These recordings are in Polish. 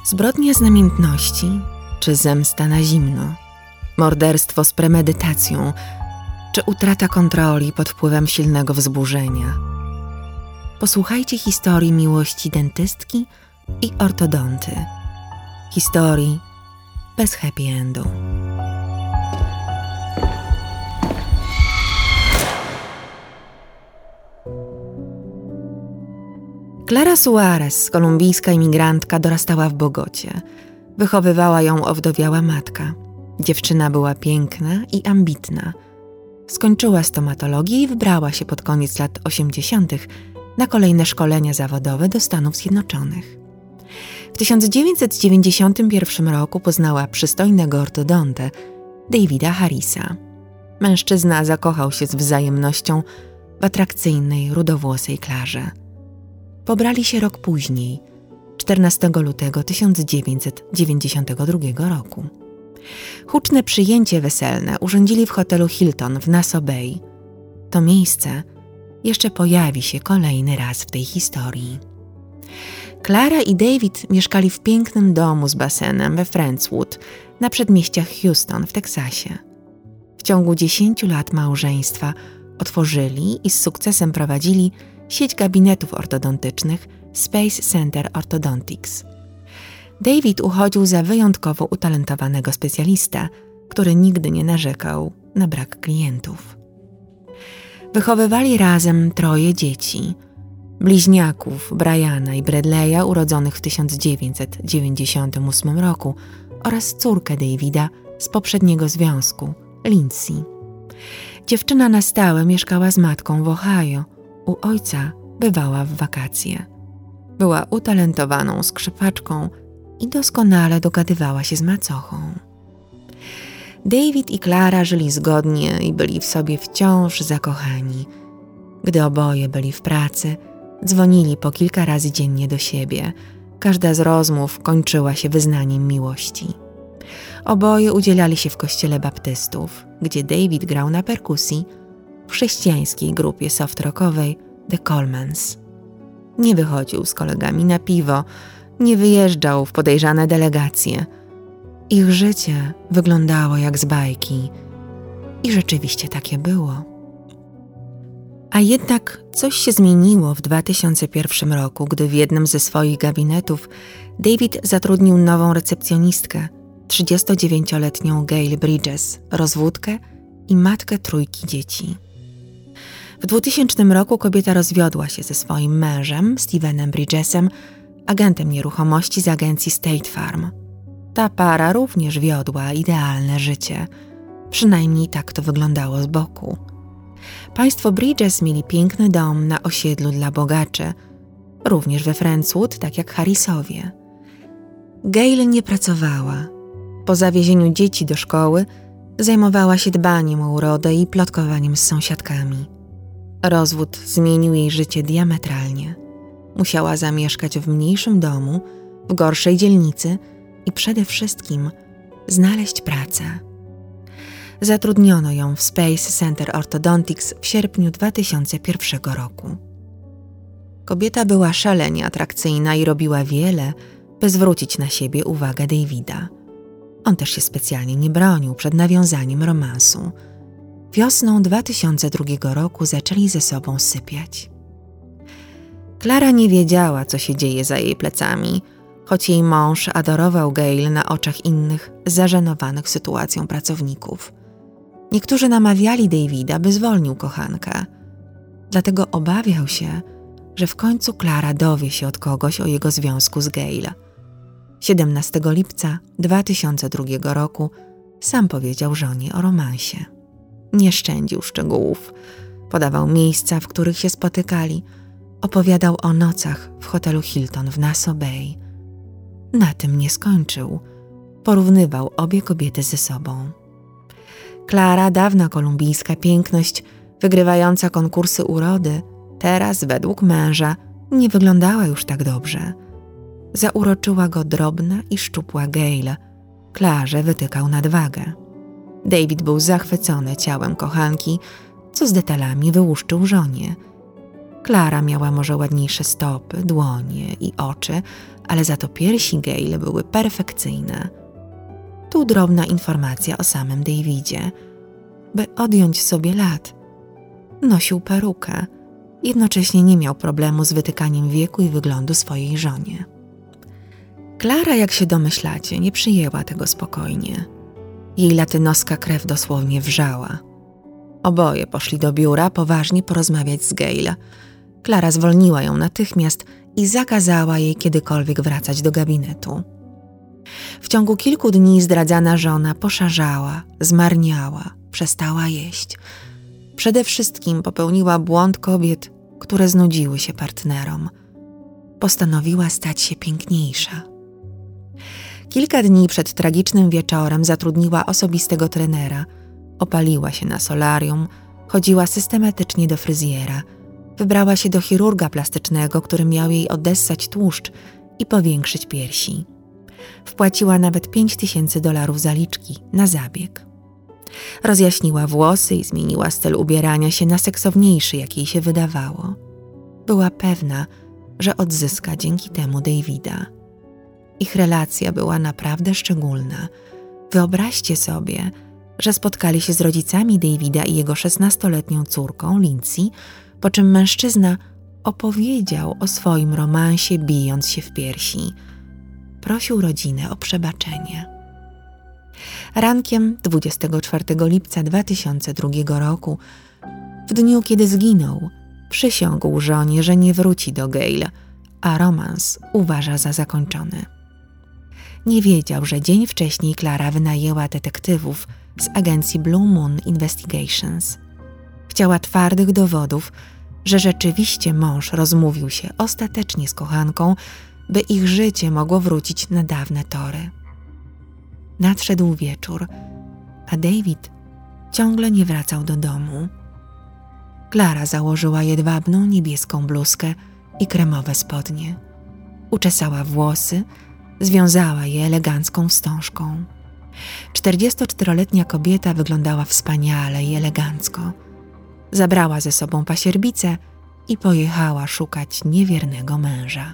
Zbrodnia z namiętności, czy zemsta na zimno? Morderstwo z premedytacją, czy utrata kontroli pod wpływem silnego wzburzenia? Posłuchajcie historii miłości dentystki i ortodonty. Historii bez happy endu. Clara Suarez, kolumbijska imigrantka, dorastała w Bogocie. Wychowywała ją owdowiała matka. Dziewczyna była piękna i ambitna. Skończyła stomatologię i wybrała się pod koniec lat 80. na kolejne szkolenia zawodowe do Stanów Zjednoczonych. W 1991 roku poznała przystojnego ortodontę Davida Harrisa. Mężczyzna zakochał się z wzajemnością w atrakcyjnej, rudowłosej Clarze. Pobrali się rok później, 14 lutego 1992 roku. Huczne przyjęcie weselne urządzili w hotelu Hilton w Nassau Bay. To miejsce jeszcze pojawi się kolejny raz w tej historii. Clara i David mieszkali w pięknym domu z basenem we Friendswood na przedmieściach Houston w Teksasie. W ciągu 10 lat małżeństwa otworzyli i z sukcesem prowadzili sieć gabinetów ortodontycznych Space Center Orthodontics. David uchodził za wyjątkowo utalentowanego specjalistę, który nigdy nie narzekał na brak klientów. Wychowywali razem 3 dzieci: bliźniaków Briana i Bradley'a urodzonych w 1998 roku oraz córkę Davida z poprzedniego związku, Lindsay. Dziewczyna na stałe mieszkała z matką w Ohio. U ojca bywała w wakacje. Była utalentowaną skrzypaczką i doskonale dogadywała się z macochą. David i Clara żyli zgodnie i byli w sobie wciąż zakochani. Gdy oboje byli w pracy, dzwonili po kilka razy dziennie do siebie. Każda z rozmów kończyła się wyznaniem miłości. Oboje udzielali się w kościele baptystów, gdzie David grał na perkusji w chrześcijańskiej grupie soft-rockowej The Colemans. Nie wychodził z kolegami na piwo, nie wyjeżdżał w podejrzane delegacje. Ich życie wyglądało jak z bajki i rzeczywiście takie było. A jednak coś się zmieniło w 2001 roku, gdy w jednym ze swoich gabinetów David zatrudnił nową recepcjonistkę, 39-letnią Gail Bridges, rozwódkę i matkę 3 dzieci. W 2000 roku kobieta rozwiodła się ze swoim mężem, Stevenem Bridgesem, agentem nieruchomości z agencji State Farm. Ta para również wiodła idealne życie. Przynajmniej tak to wyglądało z boku. Państwo Bridges mieli piękny dom na osiedlu dla bogaczy, również we Friendswood, tak jak Harrisowie. Gail nie pracowała. Po zawiezieniu dzieci do szkoły zajmowała się dbaniem o urodę i plotkowaniem z sąsiadkami. Rozwód zmienił jej życie diametralnie. Musiała zamieszkać w mniejszym domu, w gorszej dzielnicy i przede wszystkim znaleźć pracę. Zatrudniono ją w Space Center Orthodontics w sierpniu 2001 roku. Kobieta była szalenie atrakcyjna i robiła wiele, by zwrócić na siebie uwagę Davida. On też się specjalnie nie bronił przed nawiązaniem romansu. Wiosną 2002 roku zaczęli ze sobą sypiać. Clara nie wiedziała, co się dzieje za jej plecami, choć jej mąż adorował Gail na oczach innych zażenowanych sytuacją pracowników. Niektórzy namawiali Davida, by zwolnił kochankę. Dlatego obawiał się, że w końcu Clara dowie się od kogoś o jego związku z Gail. 17 lipca 2002 roku sam powiedział żonie o romansie. Nie szczędził szczegółów. Podawał miejsca, w których się spotykali. Opowiadał o nocach w hotelu Hilton w Nassau Bay. Na tym nie skończył. Porównywał obie kobiety ze sobą. Clara, dawna kolumbijska piękność, wygrywająca konkursy urody, teraz według męża nie wyglądała już tak dobrze. Zauroczyła go drobna i szczupła Gail. Clarze wytykał nadwagę. David był zachwycony ciałem kochanki, co z detalami wyłuszczył żonie. Klara miała może ładniejsze stopy, dłonie i oczy, ale za to piersi Gail były perfekcyjne. Tu drobna informacja o samym Davidzie. By odjąć sobie lat, nosił perukę. Jednocześnie nie miał problemu z wytykaniem wieku i wyglądu swojej żonie. Klara, jak się domyślacie, nie przyjęła tego spokojnie. Jej latynoska krew dosłownie wrzała. Oboje poszli do biura poważnie porozmawiać z Gail. Klara zwolniła ją natychmiast i zakazała jej kiedykolwiek wracać do gabinetu. W ciągu kilku dni zdradzana żona poszarzała, zmarniała, przestała jeść. Przede wszystkim popełniła błąd kobiet, które znudziły się partnerom. Postanowiła stać się piękniejsza. Kilka dni przed tragicznym wieczorem zatrudniła osobistego trenera, opaliła się na solarium, chodziła systematycznie do fryzjera, wybrała się do chirurga plastycznego, który miał jej odessać tłuszcz i powiększyć piersi. Wpłaciła nawet $5000 zaliczki na zabieg. Rozjaśniła włosy i zmieniła styl ubierania się na seksowniejszy, jak jej się wydawało. Była pewna, że odzyska dzięki temu Davida. Ich relacja była naprawdę szczególna. Wyobraźcie sobie, że spotkali się z rodzicami Davida i jego 16-letnią córką, Lindsay, po czym mężczyzna opowiedział o swoim romansie, bijąc się w piersi. Prosił rodzinę o przebaczenie. Rankiem 24 lipca 2002 roku, w dniu kiedy zginął, przysiągł żonie, że nie wróci do Gail, a romans uważa za zakończony. Nie wiedział, że dzień wcześniej Klara wynajęła detektywów z agencji Blue Moon Investigations. Chciała twardych dowodów, że rzeczywiście mąż rozmówił się ostatecznie z kochanką, by ich życie mogło wrócić na dawne tory. Nadszedł wieczór, a David ciągle nie wracał do domu. Klara założyła jedwabną niebieską bluzkę i kremowe spodnie. Uczesała włosy, związała je elegancką wstążką. 44-letnia kobieta wyglądała wspaniale i elegancko. Zabrała ze sobą pasierbicę i pojechała szukać niewiernego męża.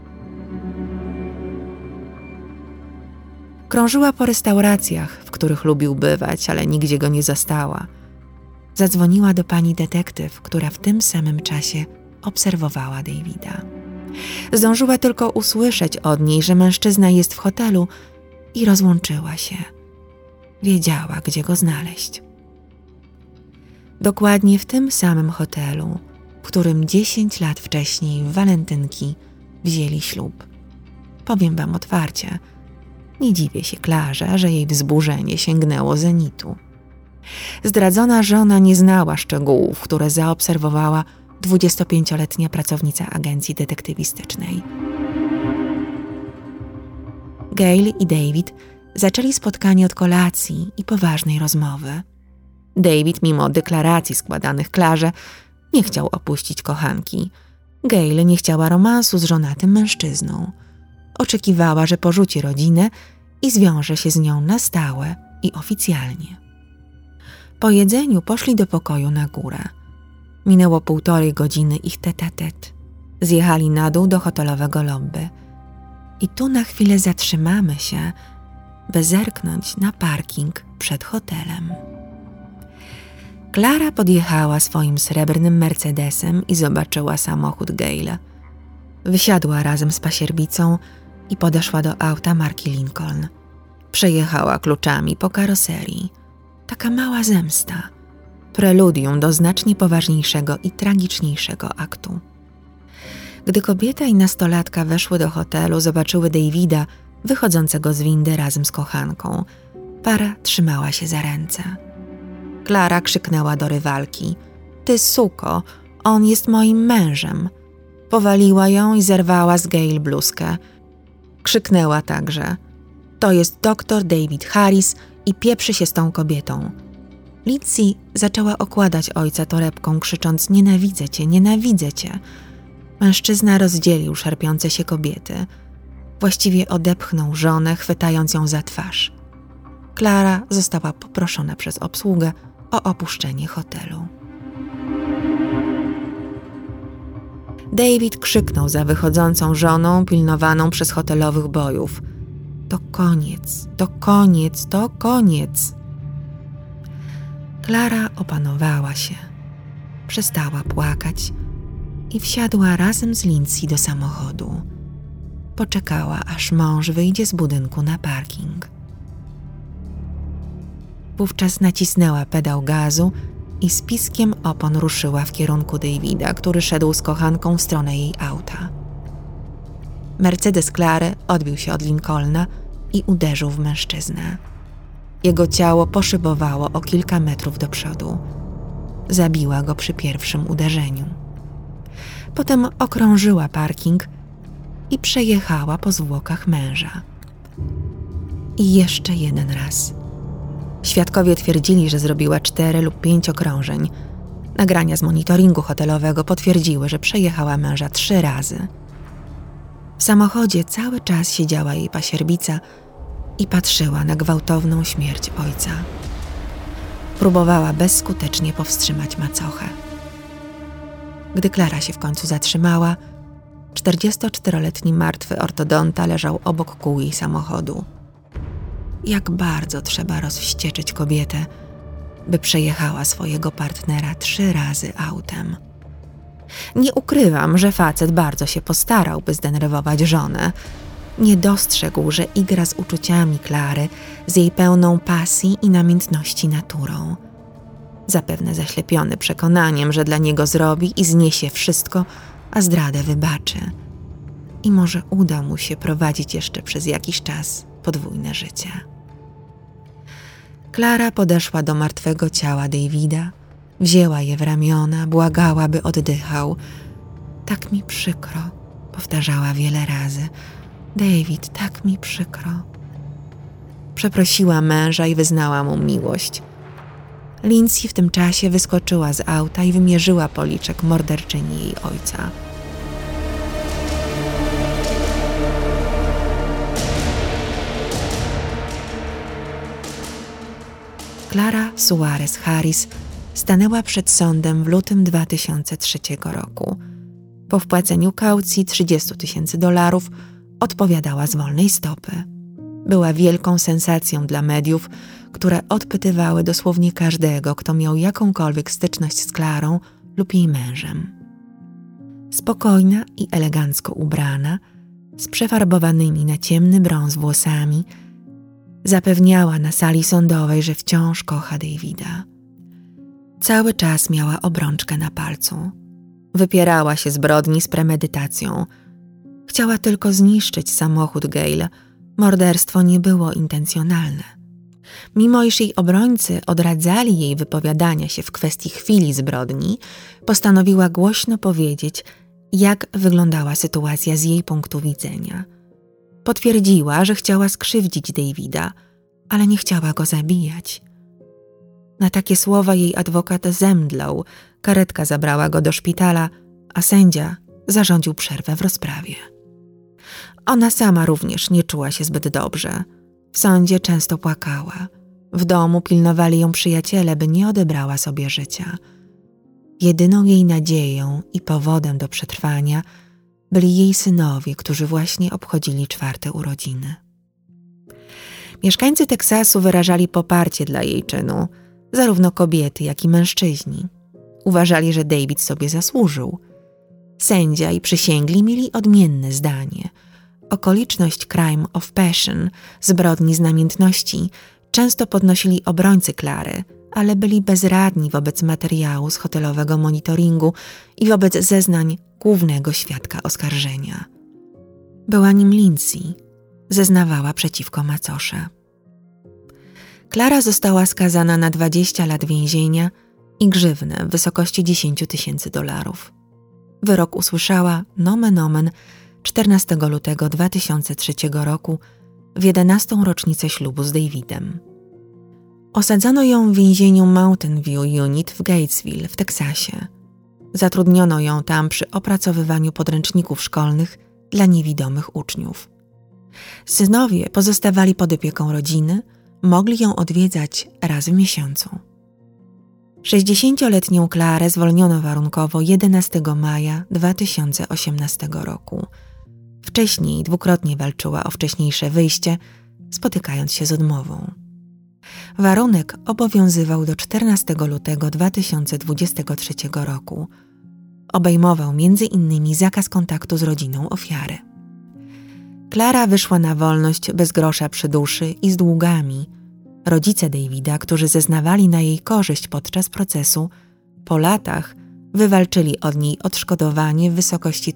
Krążyła po restauracjach, w których lubił bywać, ale nigdzie go nie zastała. Zadzwoniła do pani detektyw, która w tym samym czasie obserwowała Davida. Zdążyła tylko usłyszeć od niej, że mężczyzna jest w hotelu i rozłączyła się. Wiedziała, gdzie go znaleźć. Dokładnie w tym samym hotelu, w którym 10 lat wcześniej w walentynki wzięli ślub. Powiem wam otwarcie, nie dziwię się Klarze, że jej wzburzenie sięgnęło zenitu. Zdradzona żona nie znała szczegółów, które zaobserwowała 25-letnia pracownica agencji detektywistycznej. Gail i David zaczęli spotkanie od kolacji i poważnej rozmowy. David, mimo deklaracji składanych Klarze, nie chciał opuścić kochanki. Gail nie chciała romansu z żonatym mężczyzną. Oczekiwała, że porzuci rodzinę i zwiąże się z nią na stałe i oficjalnie. Po jedzeniu poszli do pokoju na górę. Minęło 1,5 godziny ich tete-a-tete. Zjechali na dół do hotelowego lobby. I tu na chwilę zatrzymamy się, by zerknąć na parking przed hotelem. Klara podjechała swoim srebrnym Mercedesem i zobaczyła samochód Gail. Wysiadła razem z pasierbicą i podeszła do auta marki Lincoln. Przejechała kluczami po karoserii. Taka mała zemsta. Preludium do znacznie poważniejszego i tragiczniejszego aktu. Gdy kobieta i nastolatka weszły do hotelu, zobaczyły Davida wychodzącego z windy razem z kochanką. Para trzymała się za ręce. Klara krzyknęła do rywalki: „Ty suko, on jest moim mężem”. Powaliła ją i zerwała z Gail bluzkę. Krzyknęła także: „To jest dr David Harris i pieprzy się z tą kobietą”. Lindsay zaczęła okładać ojca torebką, krzycząc: „Nienawidzę cię, nienawidzę cię”. Mężczyzna rozdzielił szarpiące się kobiety. Właściwie odepchnął żonę, chwytając ją za twarz. Klara została poproszona przez obsługę o opuszczenie hotelu. David krzyknął za wychodzącą żoną pilnowaną przez hotelowych bojów. To koniec, to koniec, to koniec. Klara opanowała się, przestała płakać i wsiadła razem z Lindsay do samochodu. Poczekała, aż mąż wyjdzie z budynku na parking. Wówczas nacisnęła pedał gazu i z piskiem opon ruszyła w kierunku Davida, który szedł z kochanką w stronę jej auta. Mercedes Clary odbił się od Lincolna i uderzył w mężczyznę. Jego ciało poszybowało o kilka metrów do przodu. Zabiła go przy pierwszym uderzeniu. Potem okrążyła parking i przejechała po zwłokach męża. I jeszcze jeden raz. Świadkowie twierdzili, że zrobiła 4 lub 5 okrążeń. Nagrania z monitoringu hotelowego potwierdziły, że przejechała męża 3 razy. W samochodzie cały czas siedziała jej pasierbica i patrzyła na gwałtowną śmierć ojca. Próbowała bezskutecznie powstrzymać macochę. Gdy Klara się w końcu zatrzymała, 44-letni martwy ortodonta leżał obok kół jej samochodu. Jak bardzo trzeba rozwścieczyć kobietę, by przejechała swojego partnera 3 razy autem. Nie ukrywam, że facet bardzo się postarał, by zdenerwować żonę. Nie dostrzegł, że igra z uczuciami Klary, z jej pełną pasji i namiętności naturą. Zapewne zaślepiony przekonaniem, że dla niego zrobi i zniesie wszystko, a zdradę wybaczy. I może uda mu się prowadzić jeszcze przez jakiś czas podwójne życie. Klara podeszła do martwego ciała Davida, wzięła je w ramiona, błagała, by oddychał. Tak mi przykro, powtarzała wiele razy. David, tak mi przykro. Przeprosiła męża i wyznała mu miłość. Lindsay w tym czasie wyskoczyła z auta i wymierzyła policzek morderczyni jej ojca. Klara Suarez Harris stanęła przed sądem w lutym 2003 roku. Po wpłaceniu kaucji $30,000 odpowiadała z wolnej stopy. Była wielką sensacją dla mediów, które odpytywały dosłownie każdego, kto miał jakąkolwiek styczność z Klarą lub jej mężem. Spokojna i elegancko ubrana, z przefarbowanymi na ciemny brąz włosami, zapewniała na sali sądowej, że wciąż kocha Davida. Cały czas miała obrączkę na palcu. Wypierała się zbrodni z premedytacją. Chciała tylko zniszczyć samochód Gail. Morderstwo nie było intencjonalne. Mimo iż jej obrońcy odradzali jej wypowiadania się w kwestii chwili zbrodni, postanowiła głośno powiedzieć, jak wyglądała sytuacja z jej punktu widzenia. Potwierdziła, że chciała skrzywdzić Davida, ale nie chciała go zabijać. Na takie słowa jej adwokat zemdlał, karetka zabrała go do szpitala, a sędzia zarządził przerwę w rozprawie. Ona sama również nie czuła się zbyt dobrze. W sądzie często płakała. W domu pilnowali ją przyjaciele, by nie odebrała sobie życia. Jedyną jej nadzieją i powodem do przetrwania byli jej synowie, którzy właśnie obchodzili 4. urodziny. Mieszkańcy Teksasu wyrażali poparcie dla jej czynu, zarówno kobiety, jak i mężczyźni. Uważali, że David sobie zasłużył. Sędzia i przysięgli mieli odmienne zdanie. Okoliczność crime of passion, zbrodni z namiętności, często podnosili obrońcy Klary, ale byli bezradni wobec materiału z hotelowego monitoringu i wobec zeznań głównego świadka oskarżenia. Była nim Lindsay. Zeznawała przeciwko macosze. Klara została skazana na 20 lat więzienia i grzywnę w wysokości $10,000. Wyrok usłyszała nomen omen 14 lutego 2003 roku w 11. rocznicę ślubu z Davidem. Osadzono ją w więzieniu Mountain View Unit w Gatesville w Teksasie. Zatrudniono ją tam przy opracowywaniu podręczników szkolnych dla niewidomych uczniów. Synowie pozostawali pod opieką rodziny, mogli ją odwiedzać raz w miesiącu. 60-letnią Klarę zwolniono warunkowo 11 maja 2018 roku. Wcześniej dwukrotnie walczyła o wcześniejsze wyjście, spotykając się z odmową. Warunek obowiązywał do 14 lutego 2023 roku. Obejmował m.in. zakaz kontaktu z rodziną ofiary. Klara wyszła na wolność bez grosza przy duszy i z długami. Rodzice Davida, którzy zeznawali na jej korzyść podczas procesu, po latach wywalczyli od niej odszkodowanie w wysokości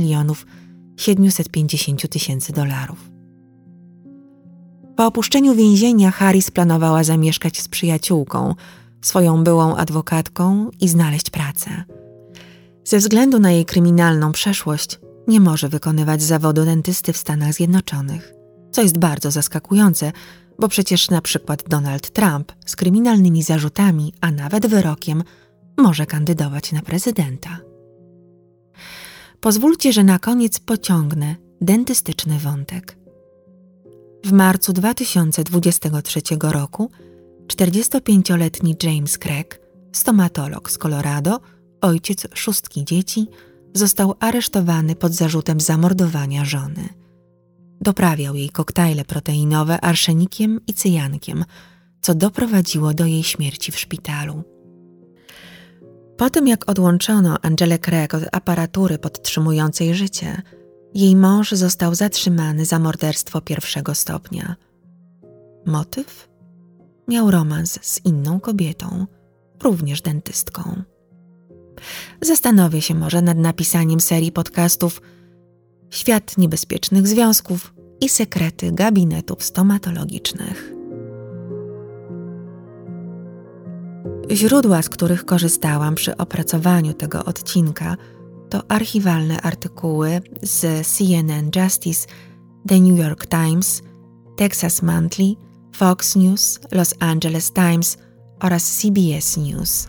$3,750,000. Po opuszczeniu więzienia Harris planowała zamieszkać z przyjaciółką, swoją byłą adwokatką i znaleźć pracę. Ze względu na jej kryminalną przeszłość nie może wykonywać zawodu dentysty w Stanach Zjednoczonych, co jest bardzo zaskakujące, bo przecież na przykład Donald Trump z kryminalnymi zarzutami, a nawet wyrokiem, może kandydować na prezydenta. Pozwólcie, że na koniec pociągnę dentystyczny wątek. W marcu 2023 roku 45-letni James Craig, stomatolog z Colorado, ojciec 6 dzieci, został aresztowany pod zarzutem zamordowania żony. Doprawiał jej koktajle proteinowe arszenikiem i cyjankiem, co doprowadziło do jej śmierci w szpitalu. Po tym, jak odłączono Angelę Craig od aparatury podtrzymującej życie, jej mąż został zatrzymany za morderstwo 1. stopnia. Motyw? Miał romans z inną kobietą, również dentystką. Zastanowię się może nad napisaniem serii podcastów Świat niebezpiecznych związków i sekrety gabinetów stomatologicznych. Źródła, z których korzystałam przy opracowaniu tego odcinka, to archiwalne artykuły z CNN Justice, The New York Times, Texas Monthly, Fox News, Los Angeles Times oraz CBS News.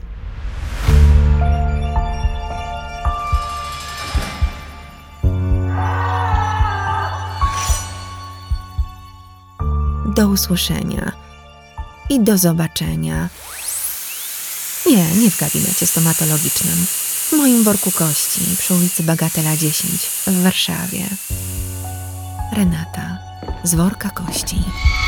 Do usłyszenia i do zobaczenia. Nie w gabinecie stomatologicznym, w moim worku kości przy ulicy Bagatela 10 w Warszawie. Renata z worka kości.